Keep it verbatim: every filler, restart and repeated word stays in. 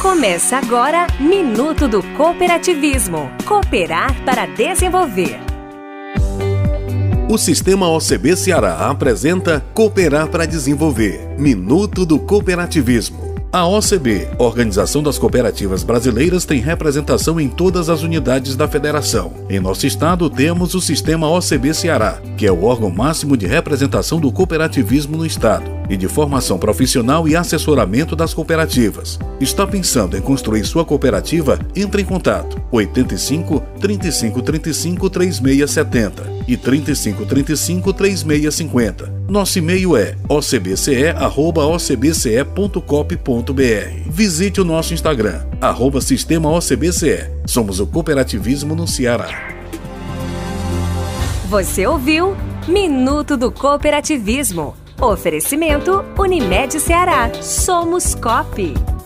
Começa agora Minuto do Cooperativismo. Cooperar para desenvolver. O Sistema O C B Ceará apresenta Cooperar para Desenvolver, Minuto do Cooperativismo. A O C B, Organização das Cooperativas Brasileiras, tem representação em todas as unidades da federação. Em nosso estado temos o Sistema O C B Ceará, que é o órgão máximo de representação do cooperativismo no estado e de formação profissional e assessoramento das cooperativas. Está pensando em construir sua cooperativa? Entre em contato oito cinco, trinta e cinco, trinta e cinco, trinta e seis setenta e trinta e cinco, trinta e cinco, trinta e seis cinquenta. Nosso e-mail é o c b c e arroba o c b c e ponto coop ponto b r. Visite o nosso Instagram, arroba Sistema O C B C E. Somos o cooperativismo no Ceará. Você ouviu Minuto do Cooperativismo. Oferecimento Unimed Ceará. Somos Coop.